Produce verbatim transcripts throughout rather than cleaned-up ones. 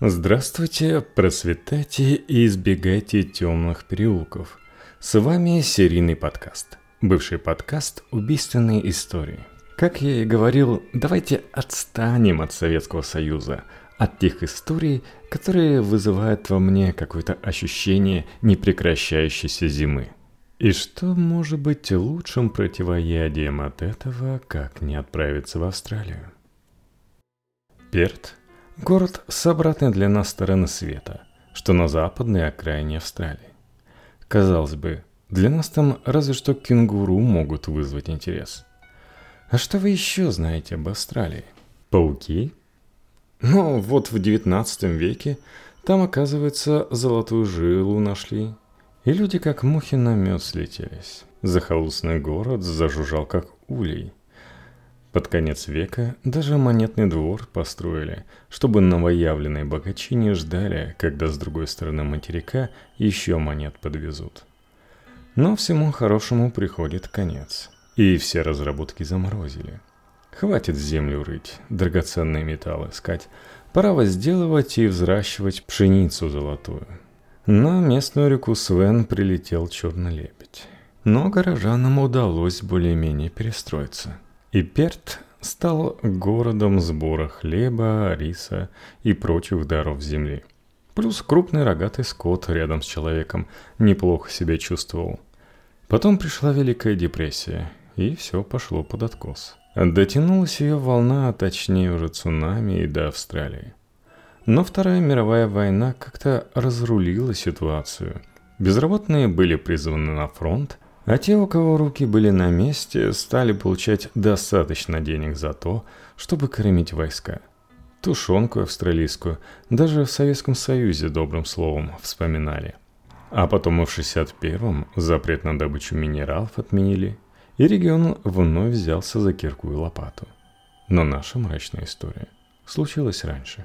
Здравствуйте, процветайте и избегайте темных переулков. С вами серийный подкаст. Бывший подкаст «Убийственные истории». Как я и говорил, давайте отстанем от Советского Союза, от тех историй, которые вызывают во мне какое-то ощущение непрекращающейся зимы. И что может быть лучшим противоядием от этого, как не отправиться в Австралию? Перт – город с обратной для нас стороны света, что на западной окраине Австралии. Казалось бы, для нас там разве что кенгуру могут вызвать интерес. А что вы еще знаете об Австралии? Пауки? Ну, вот в девятнадцатом веке там, оказывается, золотую жилу нашли. И люди как мухи на мед слетелись. Захолустный город зажужжал как улей. Под конец века даже монетный двор построили, чтобы новоявленные богачи не ждали, когда с другой стороны материка еще монет подвезут. Но всему хорошему приходит конец, и все разработки заморозили. Хватит землю рыть, драгоценные металлы искать, пора возделывать и взращивать пшеницу золотую. На местную реку Свен прилетел черный лебедь, но горожанам удалось более-менее перестроиться. И Перт стал городом сбора хлеба, риса и прочих даров земли. Плюс крупный рогатый скот рядом с человеком неплохо себя чувствовал. Потом пришла Великая депрессия, и все пошло под откос. Дотянулась ее волна, а точнее уже цунами, и до Австралии. Но Вторая мировая война как-то разрулила ситуацию. Безработные были призваны на фронт, а те, у кого руки были на месте, стали получать достаточно денег за то, чтобы кормить войска. Тушенку австралийскую даже в Советском Союзе добрым словом вспоминали. А потом и в шестьдесят первом запрет на добычу минералов отменили, и регион вновь взялся за кирку и лопату. Но наша мрачная история случилась раньше.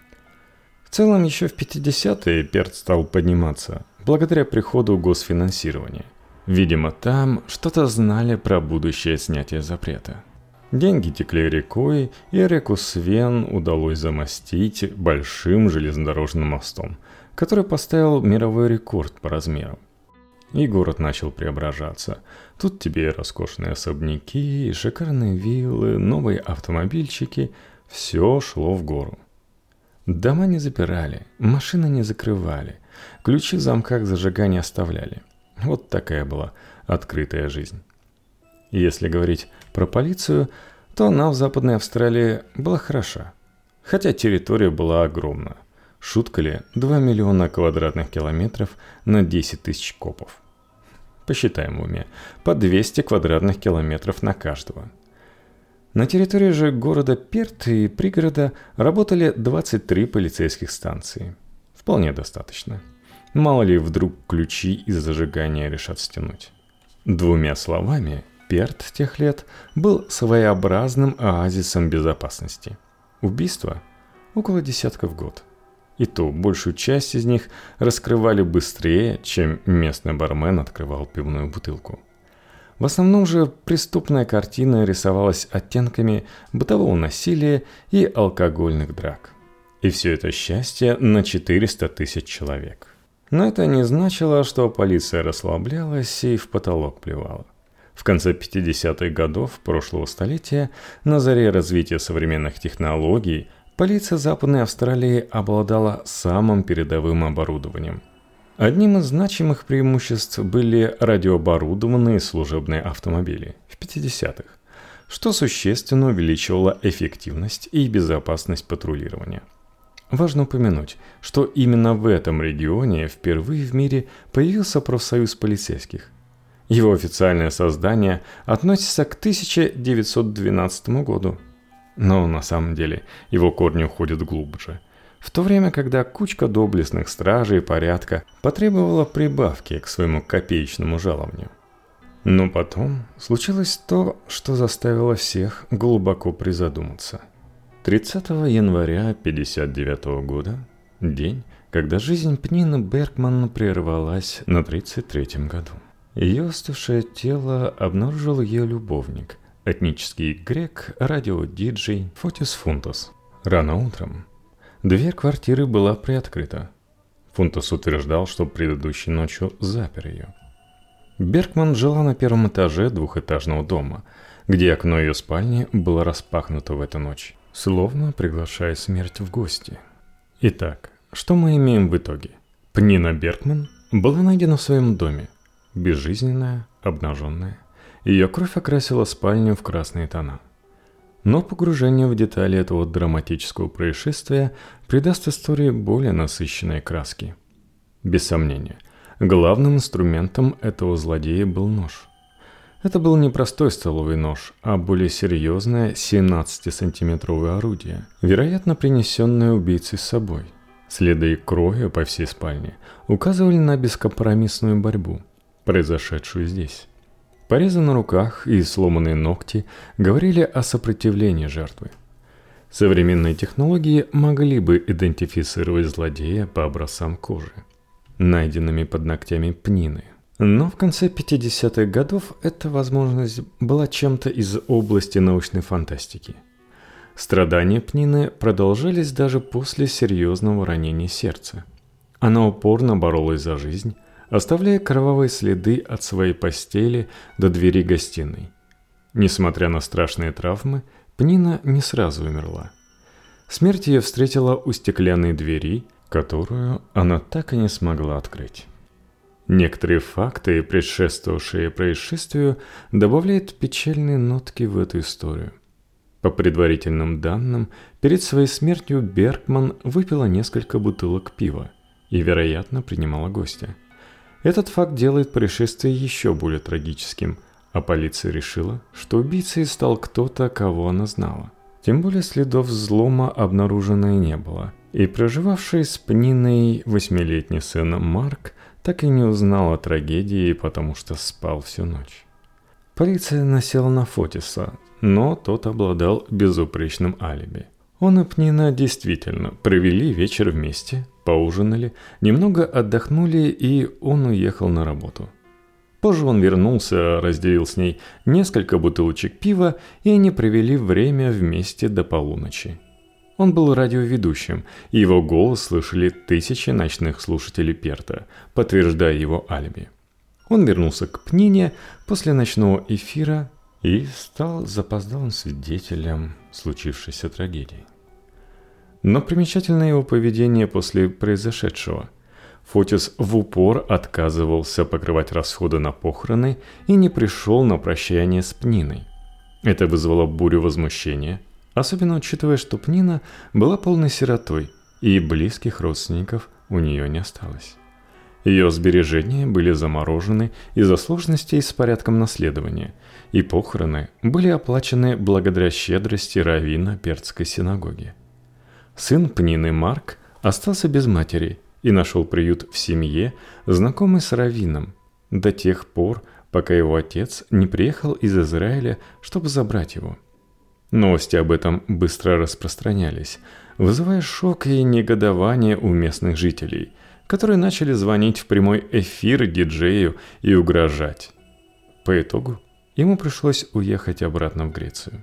В целом, еще в пятидесятые Перт стал подниматься благодаря приходу госфинансирования. Видимо, там что-то знали про будущее снятие запрета. Деньги текли рекой, и реку Свен удалось замостить большим железнодорожным мостом, который поставил мировой рекорд по размерам. И город начал преображаться. Тут тебе и роскошные особняки, и шикарные виллы, новые автомобильчики. Все шло в гору. Дома не запирали, машины не закрывали, ключи в замках зажигания оставляли. Вот такая была открытая жизнь. Если говорить про полицию, то она в Западной Австралии была хороша. Хотя территория была огромна. Шутка ли, два миллиона квадратных километров на десять тысяч копов. Посчитаем в уме, по двести квадратных километров на каждого. На территории же города Перт и пригорода работали двадцать три полицейских станции. Вполне достаточно. Мало ли вдруг ключи из зажигания решат стянуть. Двумя словами, Перт тех лет был своеобразным оазисом безопасности. Убийства около десятка в год. И то большую часть из них раскрывали быстрее, чем местный бармен открывал пивную бутылку. В основном же преступная картина рисовалась оттенками бытового насилия и алкогольных драк. И все это счастье на четыреста тысяч человек. Но это не значило, что полиция расслаблялась и в потолок плевала. В конце пятидесятых годов прошлого столетия, на заре развития современных технологий, полиция Западной Австралии обладала самым передовым оборудованием. Одним из значимых преимуществ были радиооборудованные служебные автомобили в пятидесятых, что существенно увеличивало эффективность и безопасность патрулирования. Важно упомянуть, что именно в этом регионе впервые в мире появился профсоюз полицейских. Его официальное создание относится к тысяча девятьсот двенадцатому году, но на самом деле его корни уходят глубже. В то время, когда кучка доблестных стражей порядка потребовала прибавки к своему копеечному жалованию. Но потом случилось то, что заставило всех глубоко призадуматься. тридцатого января пятьдесят девятого года, день, когда жизнь Пнины Бергман прервалась на тридцать третьем году. Ее остывшее тело обнаружил ее любовник, этнический грек, радиодиджей Фотис Фунтос. Рано утром Дверь квартиры была приоткрыта. Фунтус утверждал, что предыдущей ночью запер ее. Бергман жила на первом этаже двухэтажного дома, где окно ее спальни было распахнуто в эту ночь, словно приглашая смерть в гости. Итак, что мы имеем в итоге? Пнина Бергман была найдена в своем доме, безжизненная, обнаженная. Ее кровь окрасила спальню в красные тона. Но погружение в детали этого драматического происшествия придаст истории более насыщенной краски. Без сомнения, главным инструментом этого злодея был нож. Это был не простой столовый нож, а более серьезное семнадцатисантиметровое орудие, вероятно, принесенное убийцей с собой. Следы крови по всей спальне указывали на бескомпромиссную борьбу, произошедшую здесь. Порезы на руках и сломанные ногти говорили о сопротивлении жертвы. Современные технологии могли бы идентифицировать злодея по образцам кожи, найденными под ногтями Пнины. Но в конце пятидесятых годов эта возможность была чем-то из области научной фантастики. Страдания Пнины продолжались даже после серьезного ранения сердца. Она упорно боролась за жизнь, оставляя кровавые следы от своей постели до двери гостиной. Несмотря на страшные травмы, Пнина не сразу умерла. Смерть ее встретила у стеклянной двери, которую она так и не смогла открыть. Некоторые факты, предшествовавшие происшествию, добавляют печальные нотки в эту историю. По предварительным данным, перед своей смертью Бергман выпила несколько бутылок пива и, вероятно, принимала гостя. Этот факт делает происшествие еще более трагическим, а полиция решила, что убийцей стал кто-то, кого она знала. Тем более следов взлома обнаружено и не было, и проживавший с Пниной восьмилетний сын Марк так и не узнал о трагедии, потому что спал всю ночь. Полиция насела на Фотиса, но тот обладал безупречным алиби. Он и Пнина действительно провели вечер вместе, поужинали, немного отдохнули, и он уехал на работу. Позже он вернулся, разделил с ней несколько бутылочек пива, и они провели время вместе до полуночи. Он был радиоведущим, и его голос слышали тысячи ночных слушателей Перта, подтверждая его алиби. Он вернулся к Пнине после ночного эфира и стал запоздалым свидетелем случившейся трагедии. Но примечательно его поведение после произошедшего. Фотис в упор отказывался покрывать расходы на похороны и не пришел на прощание с Пниной. Это вызвало бурю возмущения, особенно учитывая, что Пнина была полной сиротой, и близких родственников у нее не осталось. Ее сбережения были заморожены из-за сложностей с порядком наследования, и похороны были оплачены благодаря щедрости раввина Пертской синагоги. Сын Пнины Марк остался без матери и нашел приют в семье, знакомый с раввином, до тех пор, пока его отец не приехал из Израиля, чтобы забрать его. Новости об этом быстро распространялись, вызывая шок и негодование у местных жителей, которые начали звонить в прямой эфир диджею и угрожать. По итогу ему пришлось уехать обратно в Грецию.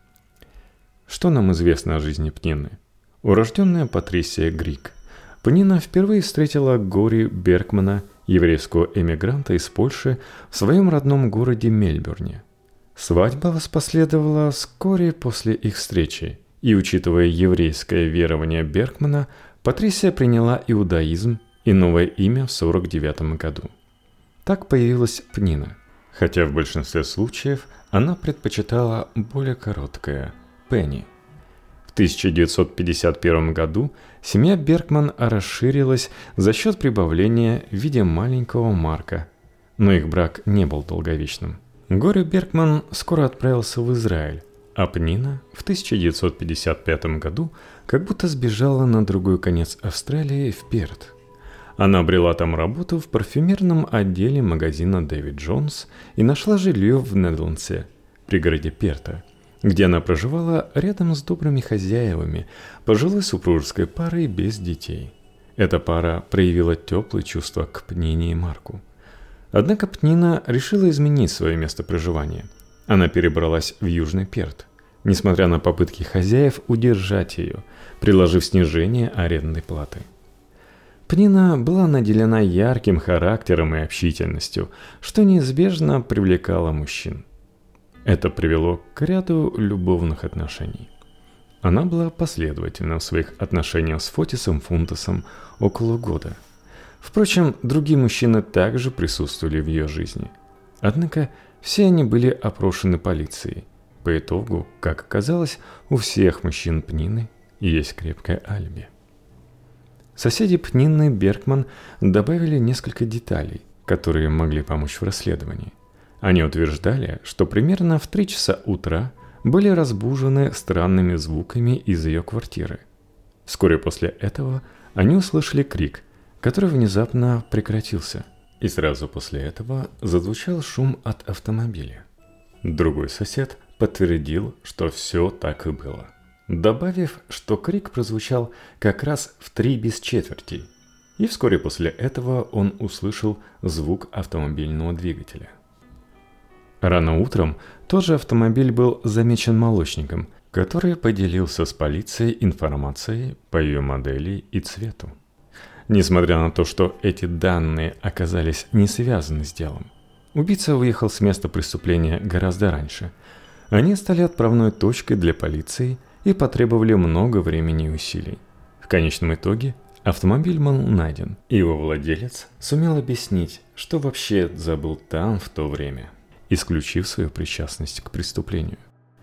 Что нам известно о жизни Пнины? Урожденная Патрисия Грик. Пнина впервые встретила Гори Бергмана, еврейского эмигранта из Польши, в своем родном городе Мельбурне. Свадьба воспоследовала вскоре после их встречи, и, учитывая еврейское верование Бергмана, Патрисия приняла иудаизм и новое имя в сорок девятом году. Так появилась Пнина, хотя в большинстве случаев она предпочитала более короткое – Пенни. В тысяча девятьсот пятьдесят первом году семья Бергман расширилась за счет прибавления в виде маленького Марка, но их брак не был долговечным. Гори Бергман скоро отправился в Израиль, а Пнина в тысяча девятьсот пятьдесят пятом году как будто сбежала на другой конец Австралии в Перт. Она обрела там работу в парфюмерном отделе магазина Дэвид Джонс и нашла жилье в Недландсе, пригороде Перта, где она проживала рядом с добрыми хозяевами, пожилой супружеской парой без детей. Эта пара проявила теплые чувства к Пнине и Марку. Однако Пнина решила изменить свое место проживания. Она перебралась в Южный Перт, несмотря на попытки хозяев удержать ее, предложив снижение арендной платы. Пнина была наделена ярким характером и общительностью, что неизбежно привлекало мужчин. Это привело к ряду любовных отношений. Она была последовательна в своих отношениях с Фотисом Фунтасом около года. Впрочем, другие мужчины также присутствовали в ее жизни. Однако все они были опрошены полицией. По итогу, как оказалось, у всех мужчин Пнины есть крепкое алиби. Соседи Пнины Бергман добавили несколько деталей, которые могли помочь в расследовании. Они утверждали, что примерно в три часа утра были разбужены странными звуками из ее квартиры. Вскоре после этого они услышали крик, который внезапно прекратился, и сразу после этого зазвучал шум от автомобиля. Другой сосед подтвердил, что все так и было, добавив, что крик прозвучал как раз в три без четверти, и вскоре после этого он услышал звук автомобильного двигателя. Рано утром тот же автомобиль был замечен молочником, который поделился с полицией информацией по ее модели и цвету. Несмотря на то, что эти данные оказались не связаны с делом, убийца уехал с места преступления гораздо раньше. Они стали отправной точкой для полиции и потребовали много времени и усилий. В конечном итоге автомобиль был найден, и его владелец сумел объяснить, что вообще забыл там в то время, исключив свою причастность к преступлению.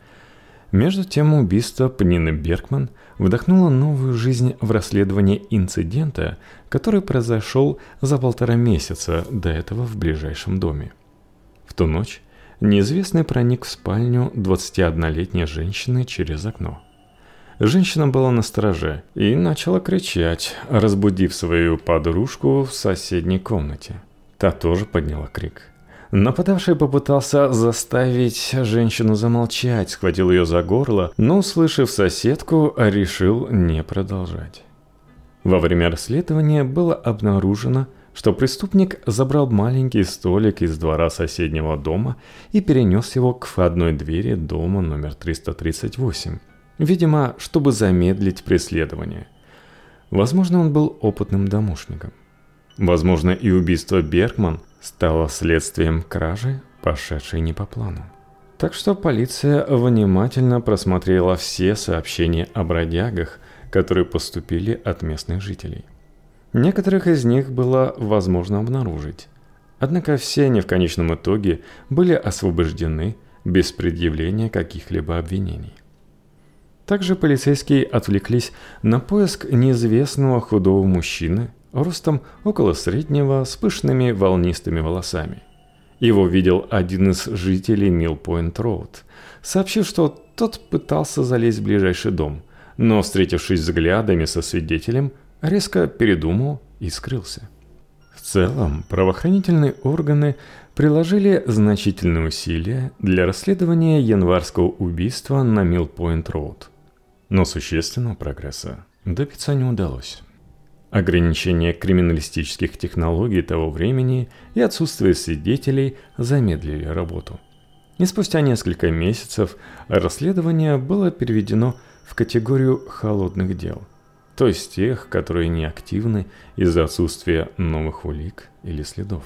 Между тем, убийство Пнины Бергман вдохнуло новую жизнь в расследование инцидента, который произошел за полтора месяца до этого в ближайшем доме. В ту ночь неизвестный проник в спальню двадцатиоднолетней женщины через окно. Женщина была настороже и начала кричать, разбудив свою подружку в соседней комнате. Та тоже подняла крик. Нападавший попытался заставить женщину замолчать, схватил ее за горло, но, услышав соседку, решил не продолжать. Во время расследования было обнаружено, что преступник забрал маленький столик из двора соседнего дома и перенес его к входной двери дома номер триста тридцать восемь, видимо, чтобы замедлить преследование. Возможно, он был опытным домушником. Возможно, и убийство Бергман стало следствием кражи, пошедшей не по плану. Так что полиция внимательно просмотрела все сообщения о бродягах, которые поступили от местных жителей. Некоторых из них было возможно обнаружить. Однако все они в конечном итоге были освобождены без предъявления каких-либо обвинений. Также полицейские отвлеклись на поиск неизвестного худого мужчины, ростом около среднего, с пышными волнистыми волосами. Его видел один из жителей Милл-Пойнт-Роуд, сообщив, что тот пытался залезть в ближайший дом, но, встретившись взглядами со свидетелем, резко передумал и скрылся. В целом, правоохранительные органы приложили значительные усилия для расследования январского убийства на Милл-Пойнт-Роуд, но существенного прогресса добиться не удалось. Ограничение криминалистических технологий того времени и отсутствие свидетелей замедлили работу. И спустя несколько месяцев расследование было переведено в категорию холодных дел, то есть тех, которые неактивны из-за отсутствия новых улик или следов.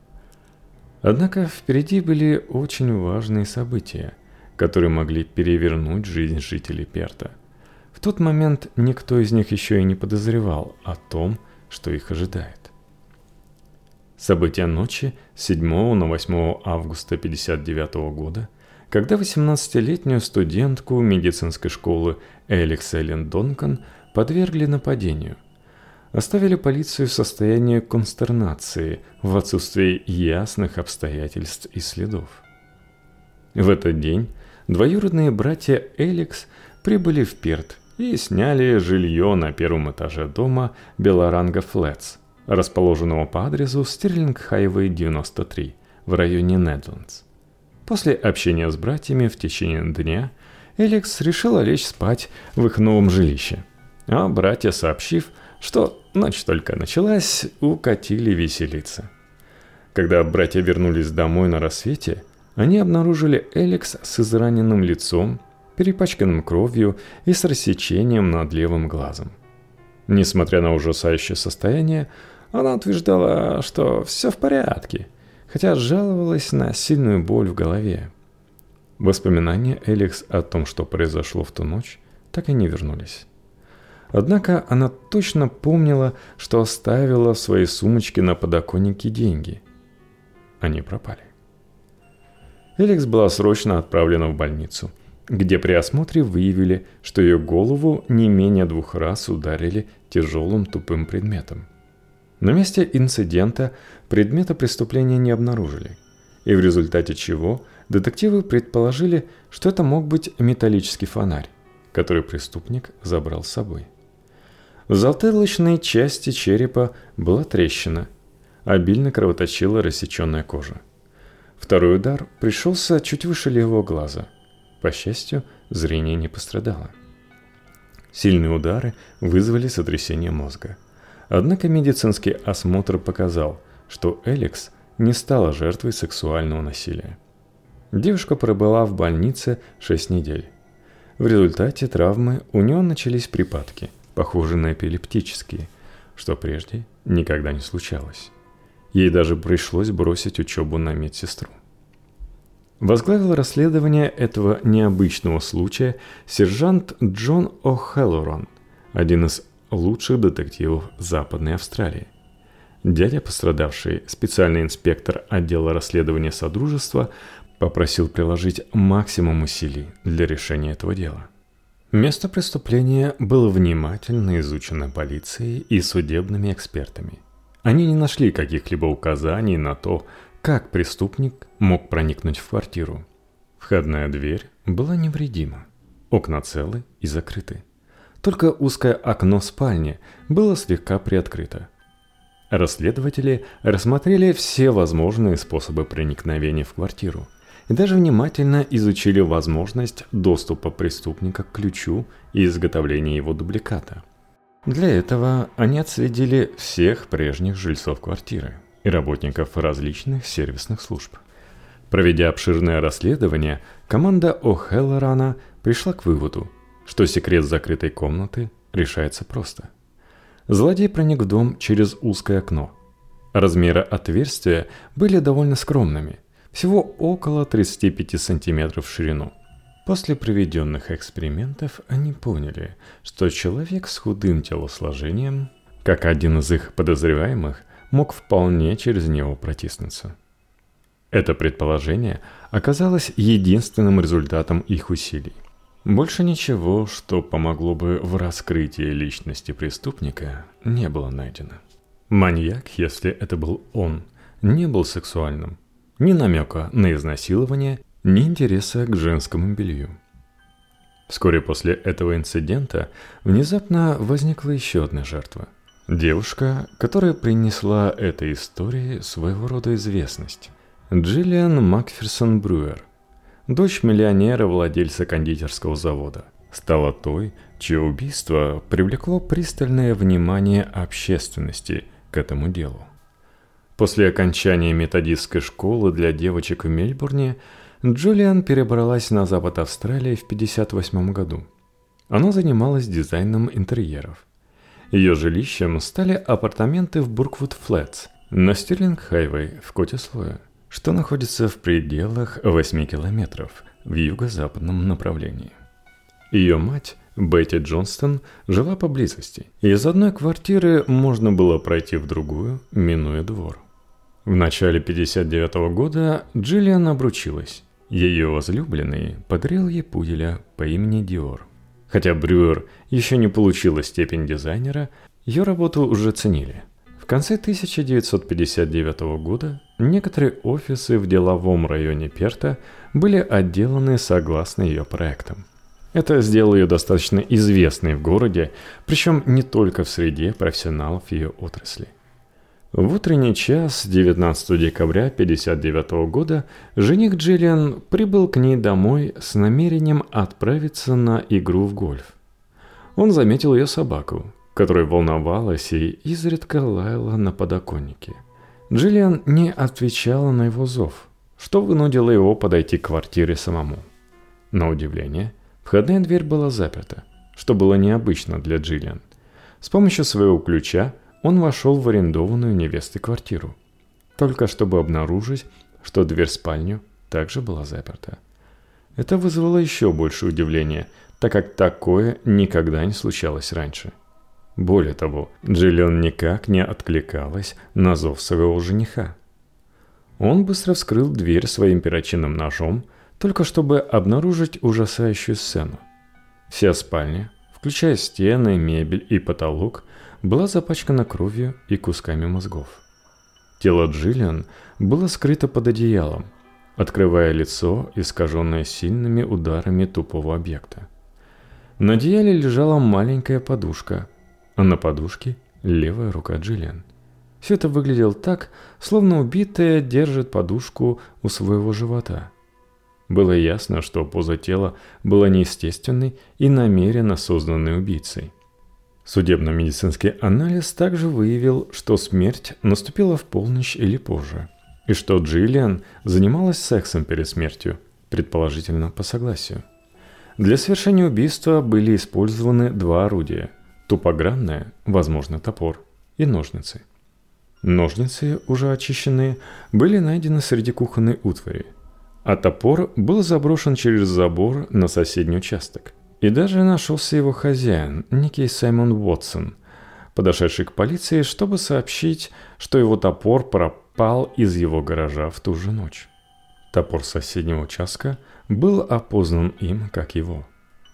Однако впереди были очень важные события, которые могли перевернуть жизнь жителей Перта. В тот момент никто из них еще и не подозревал о том, что их ожидает. События ночи с седьмого на восьмое августа тысяча девятьсот пятьдесят девятого года, когда восемнадцатилетнюю студентку медицинской школы Элекс Эллен Донкан подвергли нападению, оставили полицию в состоянии констернации в отсутствии ясных обстоятельств и следов. В этот день двоюродные братья Элекс прибыли в Перт и сняли жилье на первом этаже дома Белоранга Флетс, расположенного по адресу Стирлинг-Хайвей девяносто три в районе Недландс. После общения с братьями в течение дня Элекс решила лечь спать в их новом жилище, а братья, сообщив, что ночь только началась, укатили веселиться. Когда братья вернулись домой на рассвете, они обнаружили Элекс с израненным лицом, перепачканным кровью и с рассечением над левым глазом. Несмотря на ужасающее состояние, она утверждала, что все в порядке, хотя жаловалась на сильную боль в голове. Воспоминания Эликс о том, что произошло в ту ночь, так и не вернулись. Однако она точно помнила, что оставила в своей сумочке на подоконнике деньги. Они пропали. Эликс была срочно отправлена в больницу, где при осмотре выявили, что ее голову не менее двух раз ударили тяжелым тупым предметом. На месте инцидента предмета преступления не обнаружили, и в результате чего детективы предположили, что это мог быть металлический фонарь, который преступник забрал с собой. В затылочной части черепа была трещина, обильно кровоточила рассеченная кожа. Второй удар пришелся чуть выше левого глаза. По счастью, зрение не пострадало. Сильные удары вызвали сотрясение мозга. Однако медицинский осмотр показал, что Эликс не стала жертвой сексуального насилия. Девушка пробыла в больнице шесть недель. В результате травмы у нее начались припадки, похожие на эпилептические, что прежде никогда не случалось. Ей даже пришлось бросить учебу на медсестру. Возглавил расследование этого необычного случая сержант Джон О'Хеллоран, один из лучших детективов Западной Австралии. Дядя пострадавший, специальный инспектор отдела расследования Содружества, попросил приложить максимум усилий для решения этого дела. Место преступления было внимательно изучено полицией и судебными экспертами. Они не нашли каких-либо указаний на то, как преступник мог проникнуть в квартиру. Входная дверь была невредима, окна целы и закрыты. Только узкое окно в спальне было слегка приоткрыто. Расследователи рассмотрели все возможные способы проникновения в квартиру и даже внимательно изучили возможность доступа преступника к ключу и изготовления его дубликата. Для этого они отследили всех прежних жильцов квартиры и работников различных сервисных служб. Проведя обширное расследование, команда О'Хеллорана пришла к выводу, что секрет закрытой комнаты решается просто. Злодей проник в дом через узкое окно. Размеры отверстия были довольно скромными, всего около тридцати пяти сантиметров в ширину. После проведенных экспериментов они поняли, что человек с худым телосложением, как один из их подозреваемых, мог вполне через него протиснуться. Это предположение оказалось единственным результатом их усилий. Больше ничего, что помогло бы в раскрытии личности преступника, не было найдено. Маньяк, если это был он, не был сексуальным. Ни намека на изнасилование, ни интереса к женскому белью. Вскоре после этого инцидента внезапно возникла еще одна жертва. Девушка, которая принесла этой истории своего рода известность. Джиллиан Макферсон Брюер, дочь миллионера-владельца кондитерского завода, стала той, чье убийство привлекло пристальное внимание общественности к этому делу. После окончания методистской школы для девочек в Мельбурне Джулиан перебралась на запад Австралии в пятьдесят восьмом году. Она занималась дизайном интерьеров. Ее жилищем стали апартаменты в Бурквуд-Флетс на Стирлинг-Хайвей в Котислое, что находится в пределах восьми километров в юго-западном направлении. Ее мать, Бетти Джонстон, жила поблизости, и из одной квартиры можно было пройти в другую, минуя двор. В начале пятьдесят девятого года Джиллиан обручилась. Ее возлюбленный подарил ей пуделя по имени Диор. Хотя Брюер еще не получила степень дизайнера, ее работу уже ценили. В конце тысяча девятьсот пятьдесят девятого года некоторые офисы в деловом районе Перта были отделаны согласно ее проектам. Это сделало ее достаточно известной в городе, причем не только в среде профессионалов ее отрасли. В утренний час девятнадцатого декабря тысяча девятьсот пятьдесят девятого года жених Джиллиан прибыл к ней домой с намерением отправиться на игру в гольф. Он заметил ее собаку, которая волновалась и изредка лаяла на подоконнике. Джиллиан не отвечала на его зов, что вынудило его подойти к квартире самому. На удивление, в Входная дверь была заперта, что было необычно для Джиллиан. С помощью своего ключа он вошел в арендованную невестой квартиру, только чтобы обнаружить, что дверь в спальню также была заперта. Это вызвало еще больше удивления, так как такое никогда не случалось раньше. Более того, Джиллиан никак не откликалась на зов своего жениха. Он быстро вскрыл дверь своим перочинным ножом, только чтобы обнаружить ужасающую сцену. Вся спальня, включая стены, мебель и потолок, была запачкана кровью и кусками мозгов. Тело Джиллиан было скрыто под одеялом, открывая лицо, искаженное сильными ударами тупого объекта. На одеяле лежала маленькая подушка, а на подушке левая рука Джиллиан. Все это выглядело так, словно убитая держит подушку у своего живота. Было ясно, что поза тела была неестественной и намеренно созданной убийцей. Судебно-медицинский анализ также выявил, что смерть наступила в полночь или позже, и что Джиллиан занималась сексом перед смертью, предположительно по согласию. Для совершения убийства были использованы два орудия – тупогранное, возможно, топор, и ножницы. Ножницы, уже очищенные, были найдены среди кухонной утвари, а топор был заброшен через забор на соседний участок. И даже нашелся его хозяин, некий Саймон Уотсон, подошедший к полиции, чтобы сообщить, что его топор пропал из его гаража в ту же ночь. Топор соседнего участка был опознан им как его.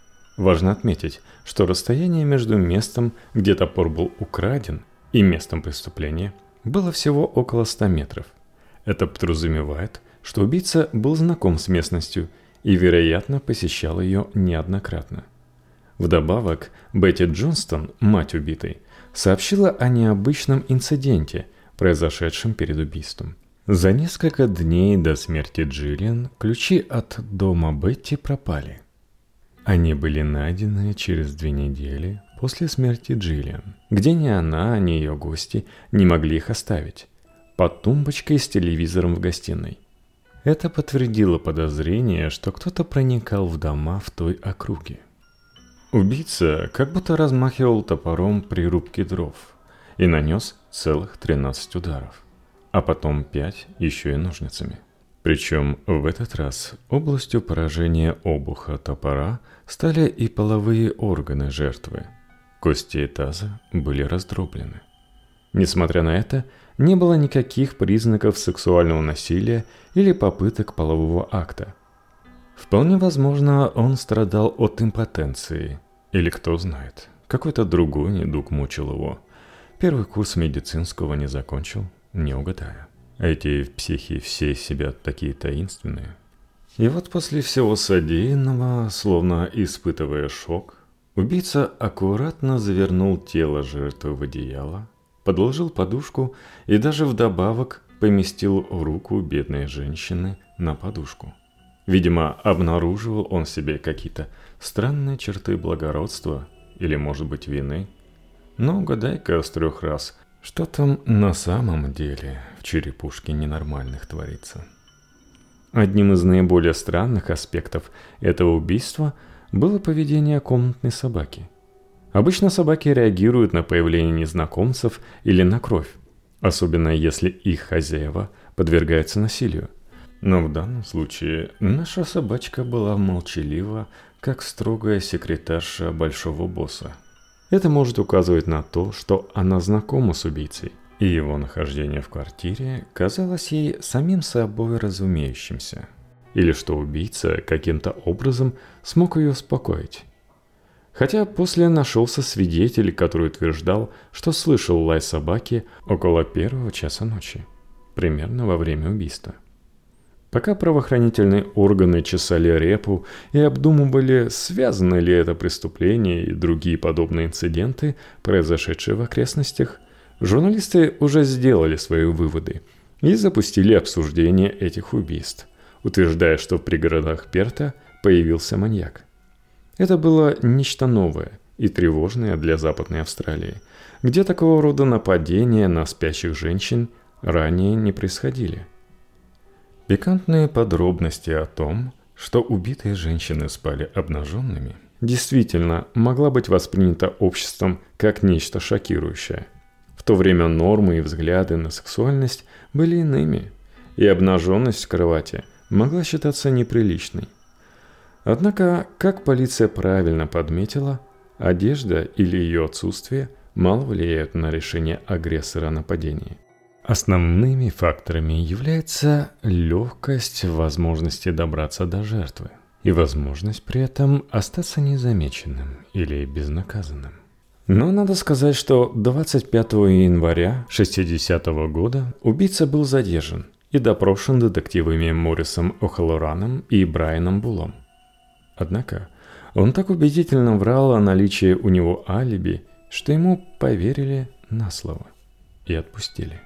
Важно отметить, что расстояние между местом, где топор был украден, и местом преступления было всего около ста метров. Это подразумевает, что убийца был знаком с местностью и, вероятно, посещал ее неоднократно. Вдобавок, Бетти Джонстон, мать убитой, сообщила о необычном инциденте, произошедшем перед убийством. За несколько дней до смерти Джиллиан ключи от дома Бетти пропали. Они были найдены через две недели после смерти Джиллиан, где ни она, ни ее гости не могли их оставить, под тумбочкой с телевизором в гостиной. Это подтвердило подозрение, что кто-то проникал в дома в той округе. Убийца как будто размахивал топором при рубке дров и нанес целых тринадцать ударов, а потом пять еще и ножницами. Причем в этот раз областью поражения обуха топора стали и половые органы жертвы. Кости таза были раздроблены. Несмотря на это, не было никаких признаков сексуального насилия или попыток полового акта. Вполне возможно, он страдал от импотенции, или кто знает, какой-то другой недуг мучил его. Первый курс медицинского не закончил, не угадая. Эти психи все из себя такие таинственные. И вот после всего содеянного, словно испытывая шок, убийца аккуратно завернул тело жертвы в одеяло, подложил подушку и даже вдобавок поместил руку бедной женщины на подушку. Видимо, обнаруживал он в себе какие-то странные черты благородства или, может быть, вины. Но угадай-ка с трех раз, что там на самом деле в черепушке ненормальных творится. Одним из наиболее странных аспектов этого убийства было поведение комнатной собаки. Обычно собаки реагируют на появление незнакомцев или на кровь, особенно если их хозяева подвергаются насилию. Но в данном случае наша собачка была молчалива, как строгая секретарша большого босса. Это может указывать на то, что она знакома с убийцей, и его нахождение в квартире казалось ей самим собой разумеющимся. Или что убийца каким-то образом смог ее успокоить. Хотя после нашелся свидетель, который утверждал, что слышал лай собаки около первого часа ночи, примерно во время убийства. Пока правоохранительные органы чесали репу и обдумывали, связано ли это преступление и другие подобные инциденты, произошедшие в окрестностях, журналисты уже сделали свои выводы и запустили обсуждение этих убийств, утверждая, что в пригородах Перта появился маньяк. Это было нечто новое и тревожное для Западной Австралии, где такого рода нападения на спящих женщин ранее не происходили. Пикантные подробности о том, что убитые женщины спали обнаженными, действительно могла быть воспринята обществом как нечто шокирующее. В то время нормы и взгляды на сексуальность были иными, и обнаженность в кровати могла считаться неприличной. Однако, как полиция правильно подметила, одежда или ее отсутствие мало влияют на решение агрессора о нападении. Основными факторами является легкость возможности добраться до жертвы и возможность при этом остаться незамеченным или безнаказанным. Но надо сказать, что двадцать пятого января шестидесятого года убийца был задержан и допрошен детективами Моррисом О'Халлораном и Брайаном Буллом. Однако он так убедительно врал о наличии у него алиби, что ему поверили на слово и отпустили.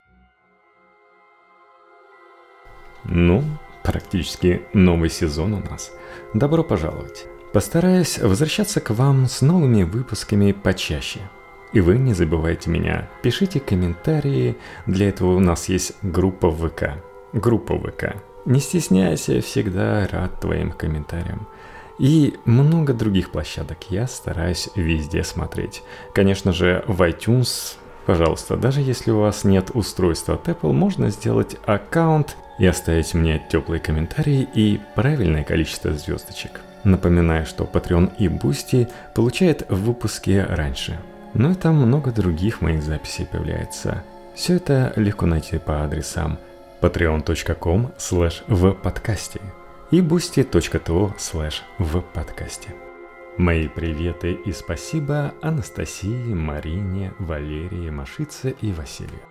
Ну, практически новый сезон у нас. Добро пожаловать. Постараюсь возвращаться к вам с новыми выпусками почаще. И вы не забывайте меня, пишите комментарии, для этого у нас есть группа в ВК. Группа в ВК. Не стесняйся, всегда рад твоим комментариям. И много других площадок я стараюсь везде смотреть. Конечно же, в iTunes, пожалуйста, даже если у вас нет устройства от Apple, можно сделать аккаунт и оставить мне теплые комментарии и правильное количество звездочек. Напоминаю, что Patreon и Boosty получают выпуски раньше. Но и там много других моих записей появляется. Все это легко найти по адресам patreon точка ком слэш в подкасте и boosty точка то слэш в подкасте. Мои приветы и спасибо Анастасии, Марине, Валерии, Машице и Василию.